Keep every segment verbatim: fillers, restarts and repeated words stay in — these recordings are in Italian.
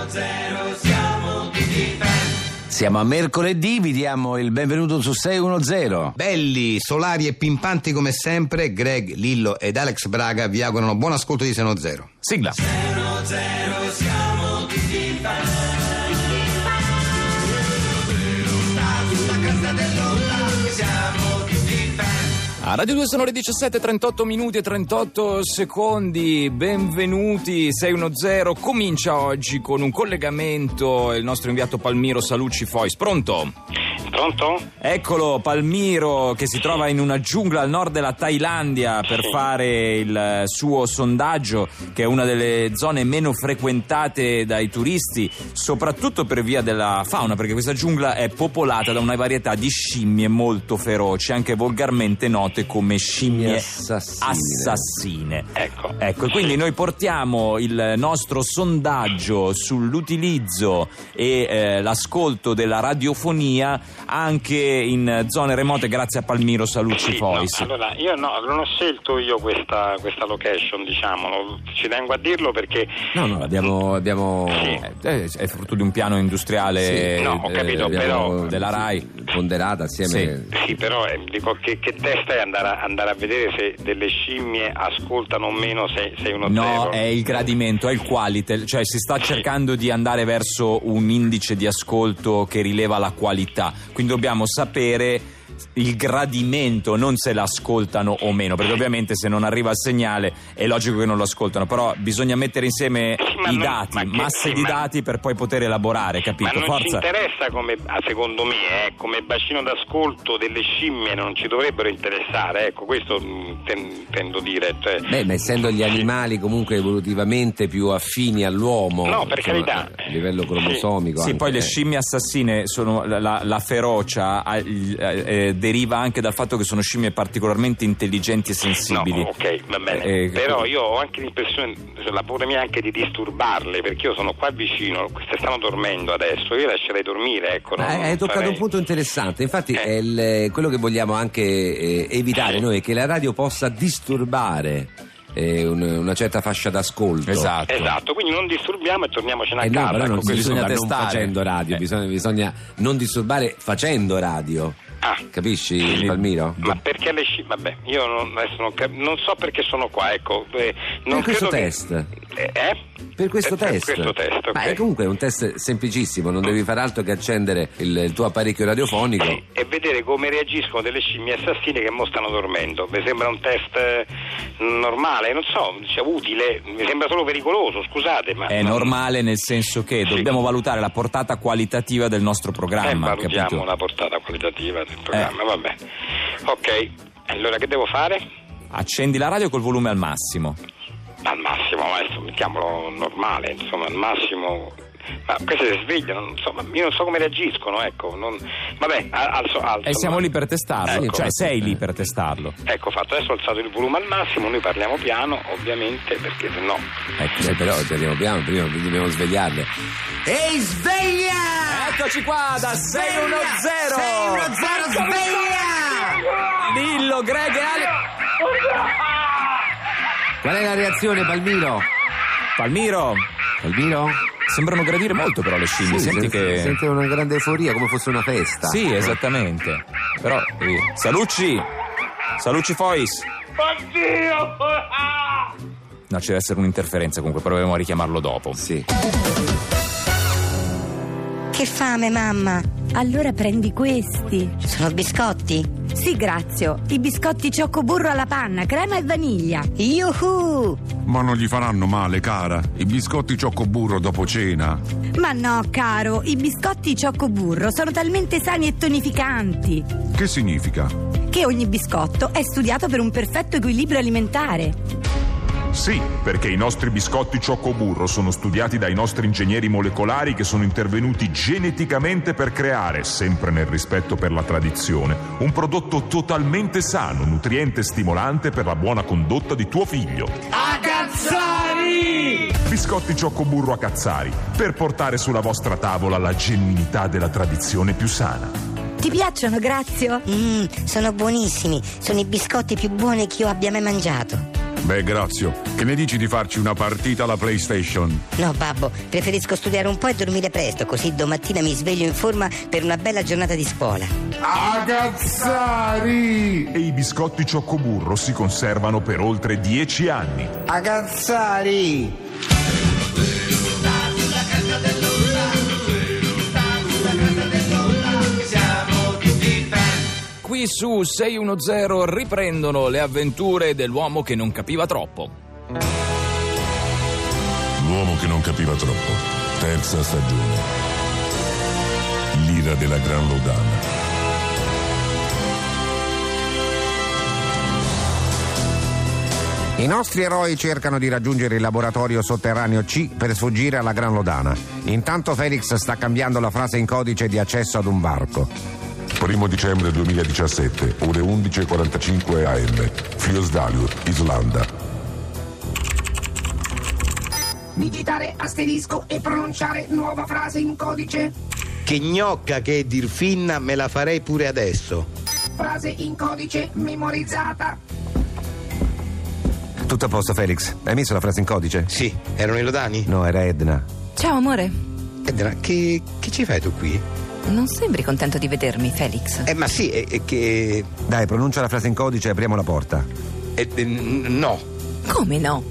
zero siamo tutti fan. Siamo a mercoledì, vi diamo il benvenuto su sei uno zero. Belli, solari e pimpanti come sempre, Greg, Lillo ed Alex Braga vi augurano buon ascolto di sei uno zero. Sigla. sei uno zero siamo tutti fan. Sta sulla cresta dell'onda, siamo tutti fan. A Radio due sono le diciassette, trentotto minuti e trentotto secondi, benvenuti, sei uno zero comincia oggi con un collegamento, il nostro inviato Palmiro Salucci Fois, pronto? Pronto? Eccolo Palmiro che si trova in una giungla al nord della Thailandia per Sì. fare il suo sondaggio, che è una delle zone meno frequentate dai turisti, soprattutto per via della fauna, perché questa giungla è popolata da una varietà di scimmie molto feroci, anche volgarmente note come scimmie Assassine. assassine. Ecco. Ecco, e quindi noi portiamo il nostro sondaggio sull'utilizzo e eh, l'ascolto della radiofonia anche in zone remote grazie a Palmiro Salucci Sì, Fois. no, allora io no, non ho scelto io questa, questa location, diciamolo, ci tengo a dirlo perché No, no, abbiamo... abbiamo... Sì. Eh, è frutto di un piano industriale Sì, no, ho capito, abbiamo però- della RAI. ponderata assieme. sì, però eh, dico che, che testa è andare a, andare a vedere se delle scimmie ascoltano o meno sei uno zero. No, è il gradimento, è il quality, cioè si sta cercando di andare verso un indice di ascolto che rileva la qualità, quindi dobbiamo sapere il gradimento, non se l'ascoltano o meno, perché ovviamente se non arriva il segnale è logico che non lo ascoltano, però bisogna mettere insieme Sì, ma i non- dati, ma che- masse sì, di ma- dati per poi poter elaborare, capito? Ma non Forza. ci interessa come, ah, secondo me, eh, come bacino d'ascolto delle scimmie non ci dovrebbero interessare, ecco, questo mh, ten- tendo dire. Cioè, Beh, ma essendo gli animali comunque evolutivamente più affini all'uomo, No, per insomma, carità. a livello cromosomico. Sì, anche, poi le eh. scimmie assassine sono la, la- la ferocia eh, eh, deriva anche dal fatto che sono scimmie particolarmente intelligenti e sensibili. No, ok, va bene. Eh, Però io ho anche l'impressione, la paura mia anche di disturbarle, perché io sono qua vicino, queste stanno dormendo adesso, io lascerei dormire, ecco. non- Ah, hai non toccato farei- un punto interessante, infatti Eh. è il- quello che vogliamo anche eh, evitare noi è che la radio possa disturbare eh, un- una certa fascia d'ascolto. Esatto. Esatto, quindi non disturbiamo e torniamocene a Eh no, casa. però non ecco, si questo- bisogna non testare. facendo radio, Eh. bisogna, bisogna non disturbare facendo radio. Ah. Capisci, Palmiro? Ma perché le scimmie? Vabbè, io non, adesso non, cap- non so perché sono qua, ecco. eh, non Per questo credo che- test. Eh? eh? Per questo Per- test. Per questo test, ok. Ma è comunque un test semplicissimo, non devi fare altro che accendere il, il tuo apparecchio radiofonico. Sì, e vedere come reagiscono delle scimmie assassine che mo stanno dormendo. Mi sembra un test eh, normale, non so, cioè, utile, mi sembra solo pericoloso, scusate, ma... È ma- normale nel senso che Sì. dobbiamo valutare la portata qualitativa del nostro Eh, programma, valutiamo capito? la portata qualitativa del programma, Eh. vabbè. Ok, allora che devo fare? Accendi la radio col volume al massimo. Al massimo, adesso mettiamolo normale, insomma, al massimo... Ma queste si svegliano, non so, ma io non so come reagiscono, ecco, non... vabbè, al- alzo, alzo. E siamo lì per testarlo, Ecco. cioè sei lì per testarlo. Ecco fatto, adesso ho alzato il volume al massimo, noi parliamo piano, ovviamente, perché se no... Ecco, se però parliamo piano, prima dobbiamo svegliarle. Ehi, sveglia! Eccoci qua da sei uno zero! sei uno zero, sveglia! Lillo, Greg e Ale... Qual è la reazione, Palmiro? Palmiro, Palmiro? sembrano gradire molto però le scimmie, Sì, senti sente, che... sente una grande euforia, come fosse una festa. Sì, esattamente. Però, eh, Salucci! Salucci Fois! Oddio! No, ci deve essere un'interferenza, comunque proveremo a richiamarlo dopo. Sì. Che fame, mamma! Allora prendi questi. Sono biscotti? Sì, grazie. I biscotti ciocco burro alla panna, crema e vaniglia. Yuhu! Ma non gli faranno male, cara. I biscotti cioccoburro dopo cena. Ma no, caro, i biscotti ciocco burro sono talmente sani e tonificanti Che significa? che ogni biscotto è studiato per un perfetto equilibrio alimentare. Sì, perché i nostri biscotti cioccoburro sono studiati dai nostri ingegneri molecolari che sono intervenuti geneticamente per creare, sempre nel rispetto per la tradizione, un prodotto totalmente sano, nutriente e stimolante per la buona condotta di tuo figlio. A Cazzari! Biscotti cioccoburro a Cazzari, per portare sulla vostra tavola la genuinità della tradizione più sana. Ti piacciono, Grazio? Mmm, sono buonissimi. Sono i biscotti più buoni che io abbia mai mangiato. Beh, Grazio, che ne dici di farci una partita alla PlayStation? No, babbo, preferisco studiare un po' e dormire presto, così domattina mi sveglio in forma per una bella giornata di scuola. Agazzari! E i biscotti Cioccoburro si conservano per oltre dieci anni. Agazzari! Sulla casa dell'Olla, sulla casa dell'Olla, siamo tutti fan. Qui su sei uno zero riprendono le avventure dell'uomo che non capiva troppo. L'uomo che non capiva troppo. Terza stagione. L'ira della Gran Lodana. I nostri eroi cercano di raggiungere il laboratorio sotterraneo C per sfuggire alla Gran Lodana. Intanto Felix sta cambiando la frase in codice di accesso ad un varco. Primo dicembre duemiladiciassette, ore undici e quarantacinque a emme. Fyrisdalur, Islanda. Digitare asterisco e pronunciare nuova frase in codice. Che gnocca che è dir finna, me la farei pure adesso. Frase in codice memorizzata. Tutto a posto, Felix? Hai messo la frase in codice? Sì, erano i Lodani? No, era Edna. Ciao amore. Edna, che, che ci fai tu qui? Non sembri contento di vedermi, Felix. Eh, ma sì, è, è che... Dai, pronuncia la frase in codice e apriamo la porta. Eh, eh, n- no. Come no?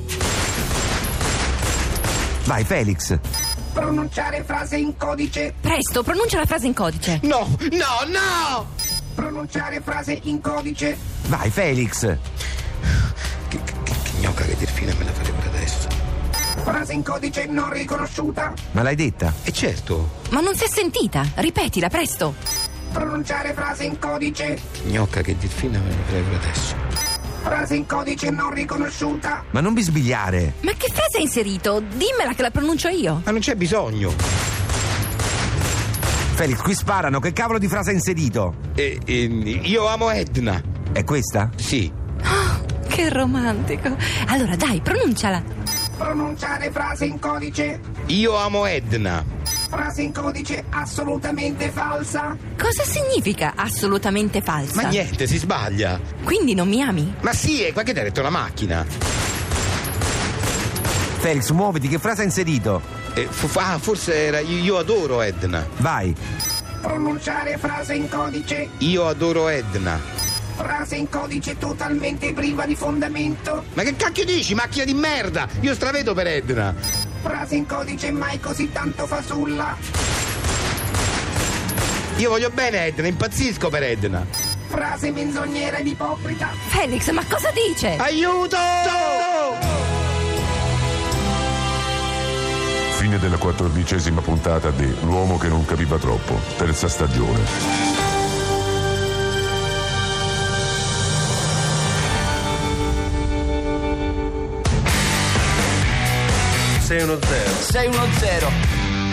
Vai, Felix. Pronunciare frase in codice. Presto, pronuncia la frase in codice. No, no, no! Pronunciare frase in codice. Vai, Felix. Che, che, che gnocca che dir fine me la farei pure adesso. Frase in codice non riconosciuta. Ma l'hai detta? E certo. Ma non si è sentita. Ripetila, presto. Pronunciare frase in codice. Che gnocca che dir fine me la farei pure adesso. Frase in codice non riconosciuta. Ma non bisbigliare. Ma che frase hai inserito? Dimmela che la pronuncio io. Ma non c'è bisogno. Felix, qui sparano. Che cavolo di frase hai inserito? Eh, eh, io amo Edna. È questa? Sì. Oh, che romantico. Allora, dai, pronunciala. Pronunciare frase in codice. Io amo Edna. Frase in codice assolutamente falsa. Cosa significa assolutamente falsa? Ma niente, si sbaglia. Quindi non mi ami? Ma sì, è qua che ti ha detto la macchina. Felix, muoviti, che frase hai inserito? Eh, f- ah, forse era io, io adoro Edna. Vai. Pronunciare frase in codice. Io adoro Edna. Frase in codice totalmente priva di fondamento. Ma che cacchio dici, macchina di merda? Io stravedo per Edna. Frase in codice mai così tanto fasulla. Io voglio bene Edna, impazzisco per Edna. Frase menzognera ed ipocrita. Felix, ma cosa dice? Aiuto! Fine della quattordicesima puntata di L'uomo che non capiva troppo, terza stagione. sei uno zero. sei uno zero.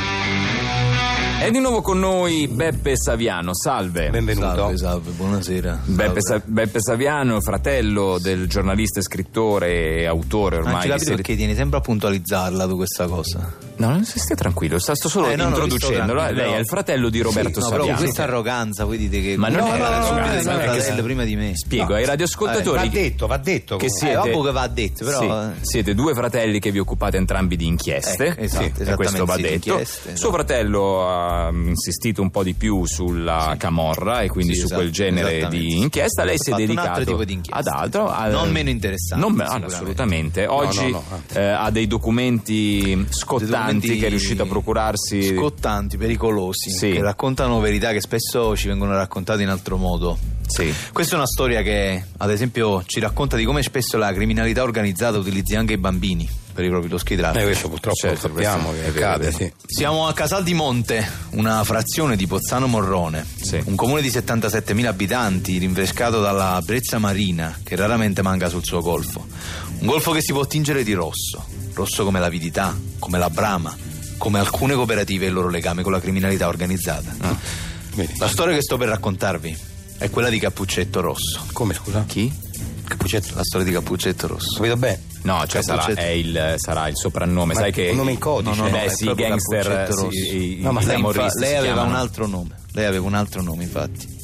È di nuovo con noi Beppe Saviano, salve. Benvenuto. Salve, salve, buonasera. Beppe, Salve. Sa- Beppe Saviano, fratello del giornalista e scrittore e autore ormai. Non ci di capito serie- perché tieni sempre a puntualizzarla tu questa cosa. No, non si stia tranquillo, sta sto solo Eh, no, no, introducendolo. vi sto Lei è il fratello di Roberto Sì, no, però Saviano. questa arroganza, voi dite che Ma non comunque è era arroganza, subito il non mio è che fratello sta- prima di me. Spiego ai radioascoltatori Va detto, va detto. che comunque. siete, Eh, ovvio che va detto, però sì, eh. siete due fratelli che vi occupate entrambi di inchieste. Ecco, esatto, Sì, e esattamente, questo va sì, di detto. inchieste, Suo esatto. fratello ha insistito un po' di più sulla Camorra e quindi Sì, su quel esatto, genere esattamente. di inchiesta. Lei Ha si è fatto un dedicato altro tipo di inchiesta. ad altro, al- Non meno interessante, Non me- ah, sicuramente. assolutamente. Oggi no, no. eh, ha dei documenti scottanti documenti che è riuscito a procurarsi. Scottanti, pericolosi, Sì. che raccontano verità che spesso ci vengono raccontate in altro modo. Sì. Questa è una storia che, ad esempio, ci racconta di come spesso la criminalità organizzata utilizzi anche i bambini per i propri loschi traffici. Eh, questo purtroppo Certo, lo sappiamo questo che è vero, accade, è vero. sì. Siamo a Casal di Monte, una frazione di Pozzano Morrone, Sì. un comune di settantasettemila abitanti, rinfrescato dalla brezza marina che raramente manca sul suo golfo. Un golfo che si può tingere di rosso, rosso come l'avidità, come la brama, come alcune cooperative e il loro legame con la criminalità organizzata. Vedi. La storia che sto per raccontarvi è quella di Cappuccetto Rosso. Come scusa? Chi? Cappuccetto. La storia di Cappuccetto Rosso. Capito bene? No, cioè sarà, Cappuccetto. è il, sarà il soprannome. Ma Sai che un nome in codice? No, no, no, Beh, è sì, i proprio gangster, Cappuccetto sì, Rosso. i, No, ma i lei Lei, infa- camorristi lei si aveva chiamano. un altro nome. Lei aveva un altro nome, infatti.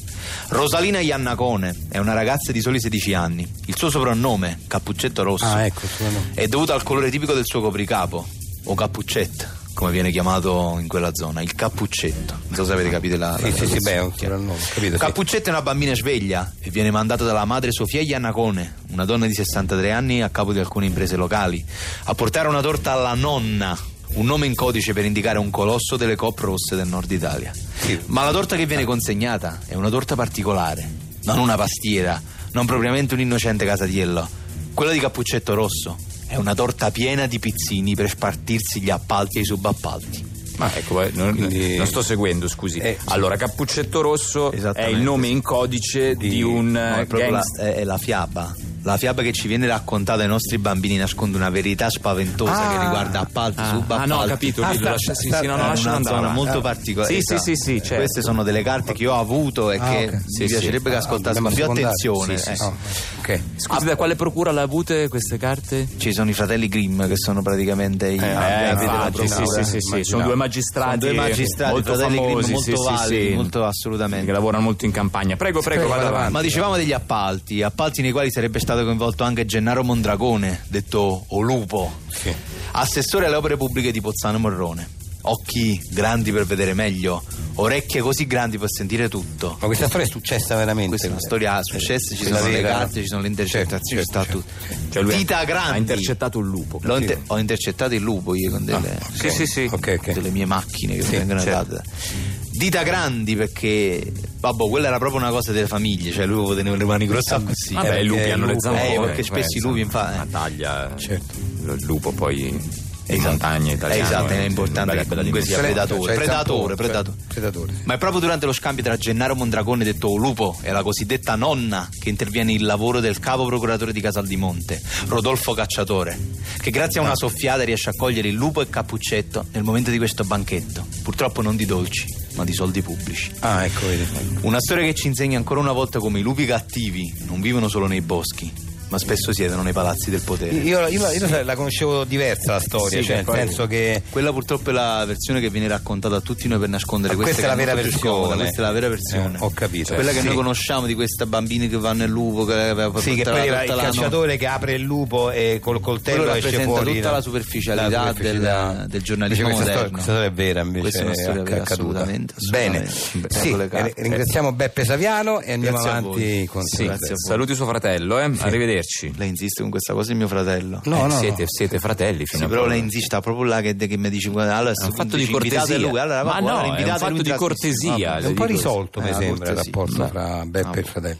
Rosalina Iannacone è una ragazza di soli sedici anni. Il suo soprannome, Cappuccetto Rosso, Ah, ecco, il suo nome. è dovuto al colore tipico del suo copricapo, o cappuccetto, come viene chiamato in quella zona, il cappuccetto. Non so se avete capito la... Sì, la sì, sì, beh, è un traduzione. soprannome, capito, sì. Cappuccetto è una bambina sveglia e viene mandata dalla madre Sofia Iannacone, una donna di sessantatré anni a capo di alcune imprese locali, a portare una torta alla nonna, un nome in codice per indicare un colosso delle Coop rosse del nord Italia. Sì. Ma la torta che viene consegnata è una torta particolare, non una pastiera, non propriamente un innocente casatiello. Quella di Cappuccetto Rosso è una torta piena di pizzini per spartirsi gli appalti e i subappalti. Ma ecco, eh, non, Quindi- non sto seguendo, scusi. Eh, sì. Allora, Cappuccetto Rosso è Esattamente. il nome in codice di, Di- un No, è eh, proprio la, gangster. è, è la fiaba. La fiaba che ci viene raccontata ai nostri bambini nasconde una verità spaventosa Ah. che riguarda appalti, Ah, subappalti. ah, no, ho capito, Ah, lì, sta- lascia- sì, sta- sì, no, è no, È lascialo una andare. zona avanti. molto particolare. Sì, sì, Esatto. sì, sì, certo. Queste sono delle carte che io ho avuto e Ah, che ok. Sì, mi sì. piacerebbe che Ah, ascoltassero con più dobbiamo attenzione. secondare. Sì, eh. sì. Ok. Scusi, da quale procura le ha avute queste carte? Ci sono i fratelli Grimm che sono praticamente i Eh, abbiati della infatti, sì, procura. sì, sì, sì, sono immaginavo. due magistrati, Sono due magistrati, molto fratelli Grimm, famosi, molto sì, sì, validi, sì, molto assolutamente. che lavorano molto in campagna. Prego, prego, vada avanti. Ma dicevamo degli appalti, appalti nei quali sarebbe stato coinvolto anche Gennaro Mondragone, detto Olupo, Sì. assessore alle opere pubbliche di Pozzano Morrone. Occhi grandi per vedere meglio, orecchie così grandi per sentire tutto. Ma questa storia è successa veramente? Questa è una storia successa, ci Quella sono le vera? carte, ci sono le intercettazioni, Certo, ci sta certo, tutto. Cioè, lui Dita ha- grandi. ha intercettato un lupo. L'ho inter- ho intercettato il lupo io con delle, Ah, ok. Sì, sì, sì. Ok, ok. delle mie macchine che Sì, mi vengono certo. date. Dita grandi perché, vabbè, quella era proprio una cosa delle famiglie, cioè lui poteva tenere le mani grosse così. Vabbè, i lupi perché hanno il le lupo- zampe. eh, perché spesso i lupi, infatti, Una taglia. Certo. Il lupo poi in Esatto. montagna italiana. Esatto, è una importante bella- che bella comunque sia dimensione. predatore, Cioè, il predatore, zampone, predatore. predatore, sì. Ma è proprio durante lo scambio tra Gennaro Mondragone, detto Lupo, e la cosiddetta nonna che interviene il lavoro del capo procuratore di Casal di Monte, Rodolfo Cacciatore, che grazie a una soffiata riesce a cogliere il lupo e Cappuccetto nel momento di questo banchetto, purtroppo non di dolci, ma di soldi pubblici. Ah, ecco, vedi. Una storia che ci insegna ancora una volta come i lupi cattivi non vivono solo nei boschi, ma spesso siedono nei palazzi del potere. Io, io, io la conoscevo diversa la storia, Sì, cioè nel poi- senso che Quella purtroppo è la versione che viene raccontata a tutti noi per nascondere Ma questa, questa è la che vera molto più versione. scomoda, questa è la vera versione. Eh, ho capito. Quella Eh, che sì. noi conosciamo di questa bambina che va nel lupo, che aveva sì, che portato poi la era il torta là, no? cacciatore che apre il lupo e col coltello Quello esce rappresenta fuori tutta la superficialità, la superficialità. del, del giornalismo Invece questa moderno. storia, questa storia è vera, invece Questa è una storia è vera, accaduta. assolutamente, Bene, assolutamente. sì, Ecco le carte. eh, ringraziamo Beppe Saviano e andiamo Grazie a avanti voi. con Sì, te. grazie a voi. Saluti suo fratello, eh? Arrivederci. Lei insiste con questa cosa, il mio fratello. No, Eh, no, siete, no. siete fratelli fino Sì, a però prova. lei insiste, sta proprio là che, che mi dice guarda, allora, È un fatto di invitate cortesia. lui, allora, Ma va, no, guarda, è un invitate fatto lui in di trasmissione. cortesia. Vabbè. È un po' dico- risolto, mi Eh, sembra, il forse sì. rapporto No. fra Beppe e il fratello.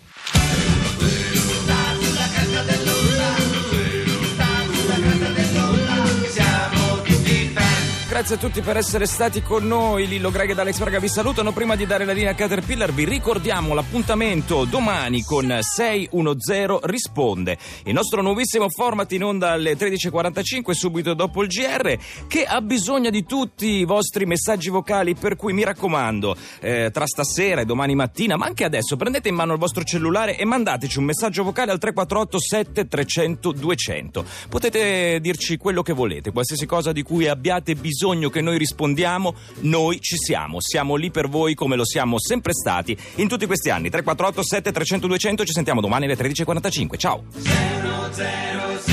Siamo tutti fan. Grazie a tutti per essere stati con noi. Lillo Greg ed Alex Braga vi salutano. Prima di dare la linea a Caterpillar vi ricordiamo l'appuntamento domani con sei uno zero risponde, il nostro nuovissimo format in onda alle tredici e quarantacinque subito dopo il G R, che ha bisogno di tutti i vostri messaggi vocali, per cui mi raccomando, eh, tra stasera e domani mattina, ma anche adesso, prendete in mano il vostro cellulare e mandateci un messaggio vocale al tre quattro otto sette trecento duecento. Potete dirci quello che volete, qualsiasi cosa di cui abbiate bisogno che noi rispondiamo, noi ci siamo, siamo lì per voi come lo siamo sempre stati in tutti questi anni. Tre quattro otto sette trecento duecento, ci sentiamo domani alle tredici e quarantacinque. Ciao. zero zero